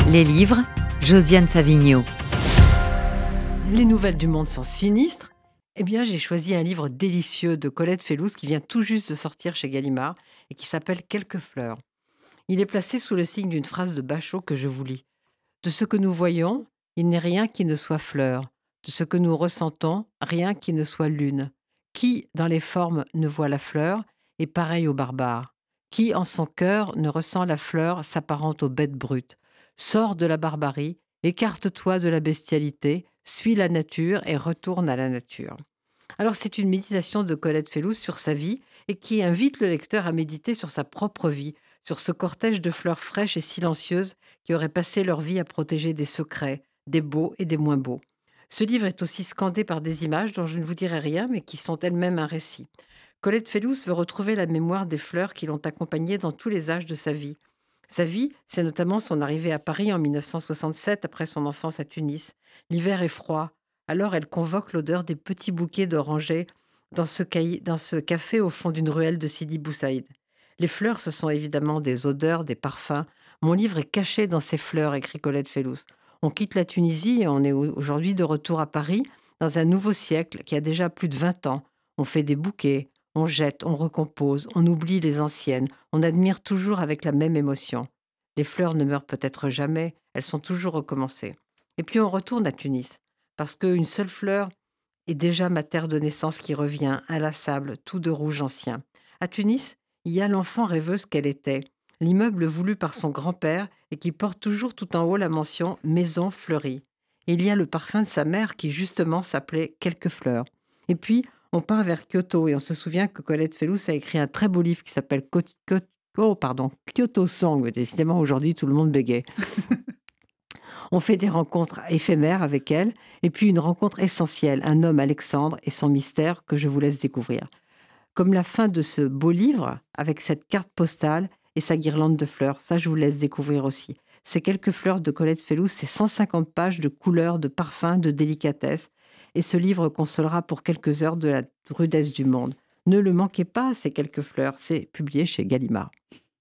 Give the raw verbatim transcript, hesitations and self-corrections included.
Les livres, Josiane Savigno. Les nouvelles du monde sont sinistres. Eh bien, j'ai choisi un livre délicieux de Colette Fellouz qui vient tout juste de sortir chez Gallimard et qui s'appelle Quelques fleurs. Il est placé sous le signe d'une phrase de Bachot que je vous lis. De ce que nous voyons, il n'est rien qui ne soit fleur. De ce que nous ressentons, rien qui ne soit lune. Qui, dans les formes, ne voit la fleur, est pareil au barbare. Qui, en son cœur, ne ressent la fleur, s'apparente aux bêtes brutes. Sors de la barbarie, écarte-toi de la bestialité, suis la nature et retourne à la nature. Alors c'est une méditation de Colette Fellouz sur sa vie et qui invite le lecteur à méditer sur sa propre vie, sur ce cortège de fleurs fraîches et silencieuses qui auraient passé leur vie à protéger des secrets, des beaux et des moins beaux. Ce livre est aussi scandé par des images dont je ne vous dirai rien mais qui sont elles-mêmes un récit. Colette Fellouz veut retrouver la mémoire des fleurs qui l'ont accompagnée dans tous les âges de sa vie. Sa vie, c'est notamment son arrivée à Paris en mille neuf cent soixante-sept après son enfance à Tunis. L'hiver est froid. Alors elle convoque l'odeur des petits bouquets d'orangers dans ce, cahi- dans ce café au fond d'une ruelle de Sidi Bou Saïd. Les fleurs, ce sont évidemment des odeurs, des parfums. Mon livre est caché dans ces fleurs, écrit Colette Fellouz. On quitte la Tunisie et on est au- aujourd'hui de retour à Paris dans un nouveau siècle qui a déjà plus de vingt ans. On fait des bouquets, on jette, on recompose, on oublie les anciennes, on admire toujours avec la même émotion. Les fleurs ne meurent peut-être jamais, elles sont toujours recommencées. Et puis on retourne à Tunis, parce qu'une seule fleur est déjà ma terre de naissance qui revient, inlassable, tout de rouge ancien. À Tunis, il y a l'enfant rêveuse qu'elle était, l'immeuble voulu par son grand-père et qui porte toujours tout en haut la mention Maison fleurie. Et il y a le parfum de sa mère qui justement s'appelait Quelques fleurs. Et puis, on part vers Kyoto et on se souvient que Colette Fellouz a écrit un très beau livre qui s'appelle Co- Co- oh, pardon, Kyoto Song. Décidément, aujourd'hui, tout le monde bégaye. On fait des rencontres éphémères avec elle, et puis une rencontre essentielle, un homme, Alexandre, et son mystère que je vous laisse découvrir. Comme la fin de ce beau livre, avec cette carte postale et sa guirlande de fleurs, ça je vous laisse découvrir aussi. Ces quelques fleurs de Colette Fellouz, c'est cent cinquante pages de couleurs, de parfums, de délicatesse, et ce livre consolera pour quelques heures de la rudesse du monde. Ne le manquez pas, ces quelques fleurs, c'est publié chez Gallimard.